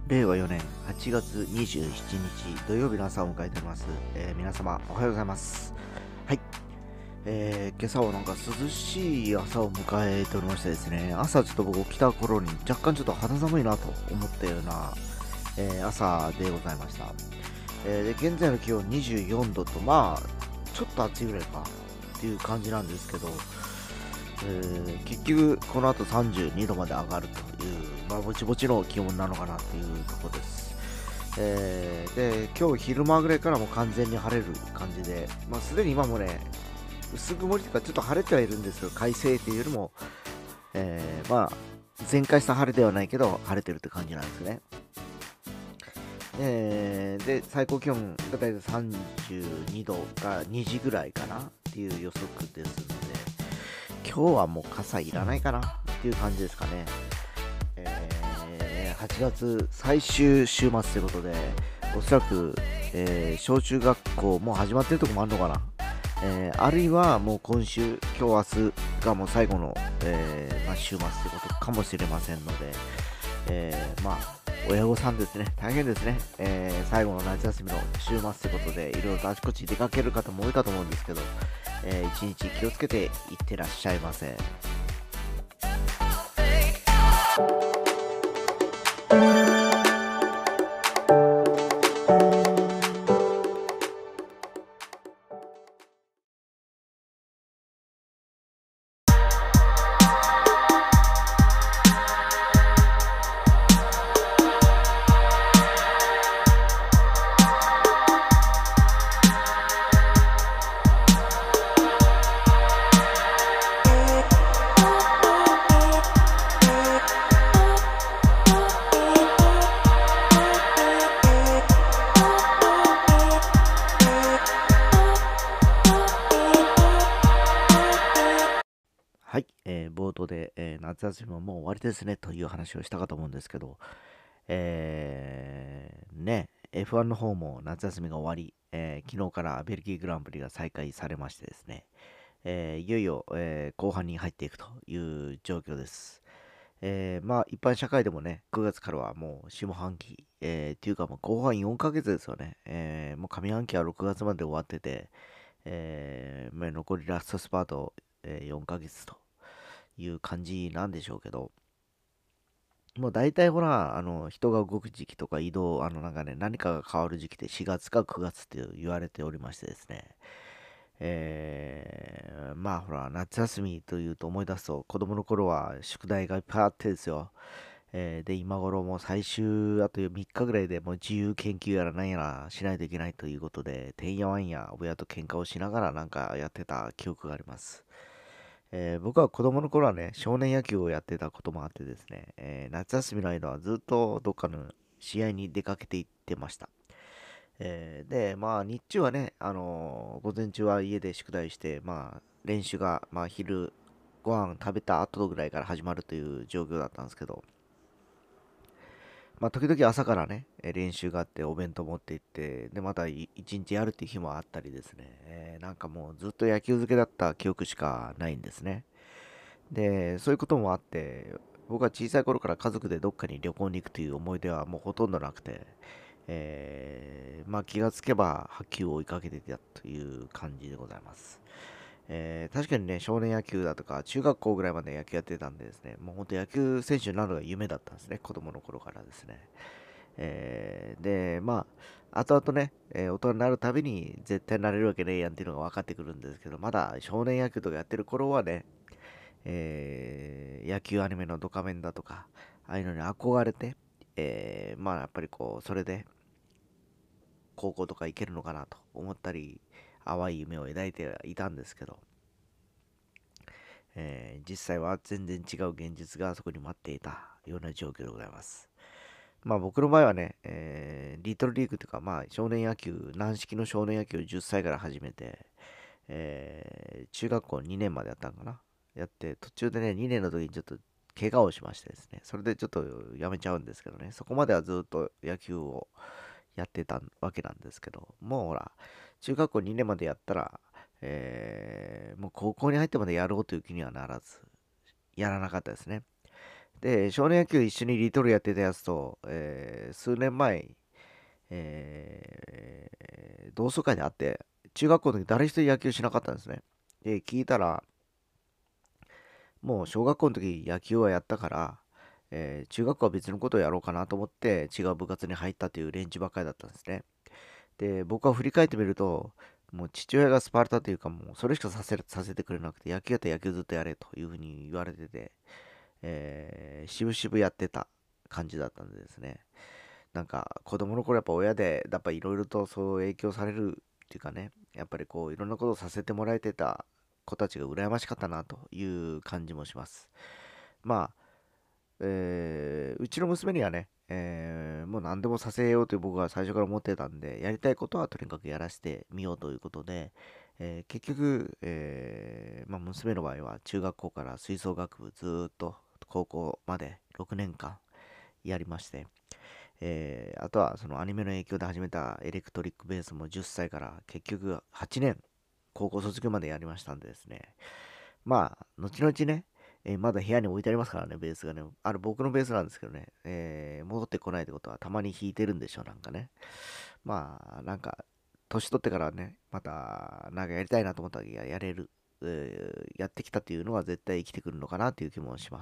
令和4年8月27日土曜日の朝を迎えております。皆様おはようございます。はい、今朝はなんか涼しい朝を迎えておりましてですね、朝ちょっと僕起きた頃に若干ちょっと肌寒いなと思ったような、朝でございました。で現在の気温24度と、まあちょっと暑いぐらいかっていう感じなんですけど、結局この後32度まで上がるという、まあぼちぼちの気温なのかなっていうところです。で今日昼間ぐらいからもう完全に晴れる感じで、まあすでに今もね薄曇りというかちょっと晴れてはいるんですけど、快晴っていうよりも、まあ全開した晴れではないけど晴れてるって感じなんですね。で最高気温がだいたい32度が2時ぐらいかなっていう予測ですので、今日はもう傘いらないかなっていう感じですかね。8月最終週末ということで、おそらく、小中学校もう始まってるとこもあるのかな。あるいはもう今週、今日明日がもう最後の、週末ということかもしれませんので、親御さんですね、大変ですね、最後の夏休みの週末ということで、いろいろとあちこち出かける方も多いかと思うんですけど、一日気をつけていってらっしゃいませ。はい、冒頭で、夏休みももう終わりですねという話をしたかと思うんですけど、F1 の方も夏休みが終わり、昨日からベルギーグランプリが再開されましてですね、いよいよ、後半に入っていくという状況です。まあ一般社会でもね、9月からはもう下半期、っていうかもう後半4ヶ月ですよね。もう上半期は6月まで終わってて、残りラストスパート、4ヶ月という感じなんでしょうけど、もう大体ほら、人が動く時期とか移動、なんかね、何かが変わる時期って4月か9月って言われておりましてですね、まあほら、夏休みというと思い出すと、子供の頃は宿題がいっぱいあってですよ。で、今頃もう最終、あと3日ぐらいでもう自由研究やら何やらしないといけないということで、てんやわんや親と喧嘩をしながらなんかやってた記憶があります。僕は子供の頃はね、少年野球をやってたこともあってですね、夏休みの間はずっとどっかの試合に出かけていってました。で、まあ日中はね、午前中は家で宿題して、まあ練習が、まあ昼ご飯食べた後ぐらいから始まるという状況だったんですけど、まあ時々朝からね、練習があってお弁当持って行って、で、また一日やるっていう日もあったりですね、なんかもうずっと野球漬けだった記憶しかないんですね。で、そういうこともあって、僕は小さい頃から家族でどっかに旅行に行くという思い出はもうほとんどなくて、まあ気がつけば波及を追いかけていたという感じでございます。確かにね、少年野球だとか、中学校ぐらいまで野球やってたんでですね、もう本当野球選手になるのが夢だったんですね、子供の頃からですね。で、まあ、後々ね、大人になるたびに絶対なれるわけねえやんっていうのが分かってくるんですけど、まだ少年野球とかやってる頃はね、野球アニメのドカメンだとか、ああいうのに憧れて、まあやっぱりこう、それで高校とか行けるのかなと思ったり、淡い夢を抱いていたんですけど、実際は全然違う現実がそこに待っていたような状況でございます。まあ僕の場合はね、リトルリーグというか、まあ少年野球、軟式の少年野球を10歳から始めて、中学校2年までやったんかな。やって、途中でね、2年の時にちょっと怪我をしましてですね、それでちょっとやめちゃうんですけどね、そこまではずっと野球をやってたわけなんですけど、もうほら、中学校2年までやったら、もう高校に入ってまでやろうという気にはならず、やらなかったですね。 で、少年野球一緒にリトルやってたやつと、数年前、同窓会で会って、中学校の時誰一人野球しなかったんですね。で、聞いたら、もう小学校の時野球はやったから、中学校は別のことをやろうかなと思って違う部活に入ったという連中ばっかりだったんですね。で、僕は振り返ってみると、もう父親がスパルタというか、もうそれしかさせてくれなくて、野球やったら野球ずっとやれというふうに言われてて、渋々やってた感じだったんでですね。なんか子供の頃やっぱ親で、やっぱいろいろとそう影響されるっていうかね、やっぱりこういろんなことをさせてもらえてた子たちが羨ましかったなという感じもします。まあ、うちの娘にはね、もう何でもさせようという僕は最初から思ってたんで、やりたいことはとにかくやらせてみようということで、結局、まあ、娘の場合は中学校から吹奏楽部ずーっと高校まで6年間やりまして、あとはそのアニメの影響で始めたエレクトリックベースも10歳から結局8年高校卒業までやりましたんでですね。まあ、後々ね、まだ部屋に置いてありますからね、ベースがね。僕のベースなんですけどね、戻ってこないってことはたまに弾いてるんでしょう、なんかね。まあ、なんか、年取ってからね、また、なんかやりたいなと思った時はやれる、やってきたっていうのは絶対生きてくるのかなっていう気もします。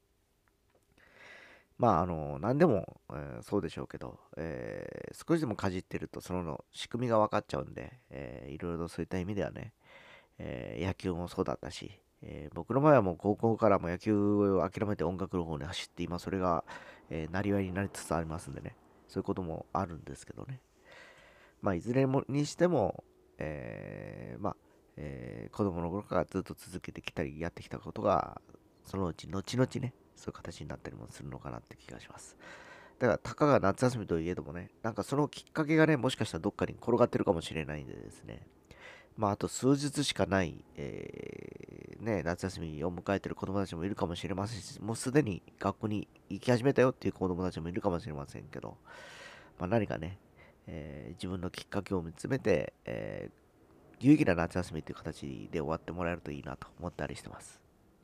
まあ、何でも、そうでしょうけど、少しでもかじってると、その仕組みが分かっちゃうんで、いろいろとそういった意味ではね、野球もそうだったし、僕の場合はもう高校からも野球を諦めて音楽の方に走って、今それが、なりわいになりつつありますんでね、そういうこともあるんですけどね。まあ、いずれもにしても、まあ、子供の頃からずっと続けてきたり、やってきたことが、そのうち後々ね、そういう形になったりもするのかなって気がします。だから、たかが夏休みといえどもね、なんかそのきっかけがね、もしかしたらどっかに転がってるかもしれないんでですね、まあ、あと数日しかない、ね、夏休みを迎えている子供たちもいるかもしれませんし、もうすでに学校に行き始めたよっていう子供たちもいるかもしれませんけど、まあ、何かね、自分のきっかけを見つめて、有意義な夏休みという形で終わってもらえるといいなと思ったりしてます。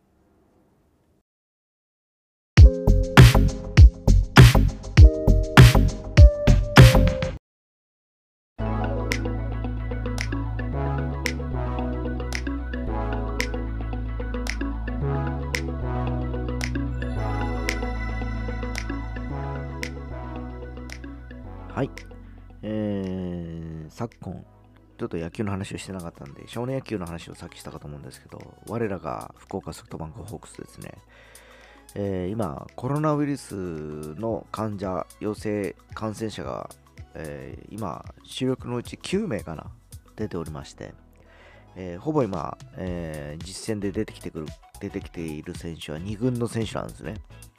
はい。昨今、ちょっと野球の話をしてなかったんで、少年野球の話をさっきしたかと思うんですけど、我らが福岡ソフトバンクホークスですね、今、コロナウイルスの患者、陽性感染者が、今、主力のうち9名かな、出ておりまして、ほぼ今、実戦で出てきている選手は2軍の選手なんですね。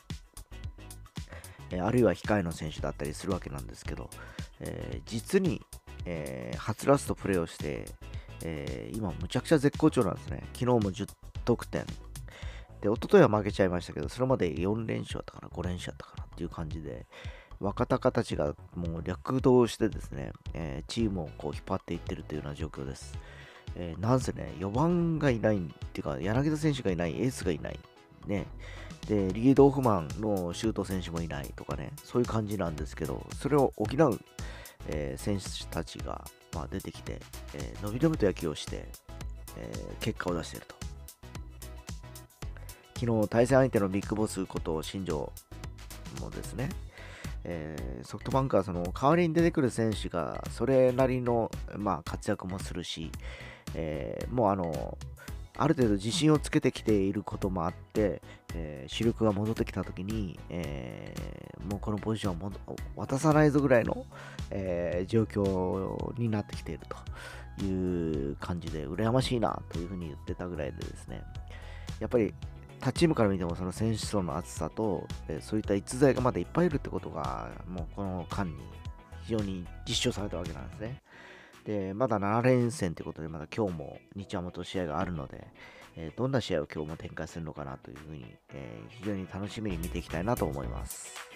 あるいは控えの選手だったりするわけなんですけど、実に、はつらつとプレーをして、今、むちゃくちゃ絶好調なんですね。昨日も10得点。で、一昨日は負けちゃいましたけど、それまで4連勝だったかな、5連勝だったかなっていう感じで、若隆たちがもう躍動してですね、チームをこう引っ張っていってるというような状況です。なんせね、4番がいないっていうか、柳田選手がいない、エースがいない。ね。で、リードオフマンのシュート選手もいないとかね、そういう感じなんですけど、それを補う、選手たちが、まあ、出てきて、伸び伸びと野球をして、結果を出していると。昨日、対戦相手のビッグボスこと新庄もですね、ソフトバンクはその代わりに出てくる選手がそれなりの、まあ、活躍もするし、もうある程度自信をつけてきていることもあって、主力が戻ってきたときに、もうこのポジションを渡さないぞぐらいの、状況になってきているという感じで、羨ましいなというふうに言ってたぐらいでですね、やっぱり他チームから見てもその選手層の厚さと、そういった逸材がまだいっぱいいるってことが、もうこの間に非常に実証されたわけなんですね。で、まだ7連戦ということで、まだ今日も日ハムと試合があるので、どんな試合を今日も展開するのかなというふうに、非常に楽しみに見ていきたいなと思います。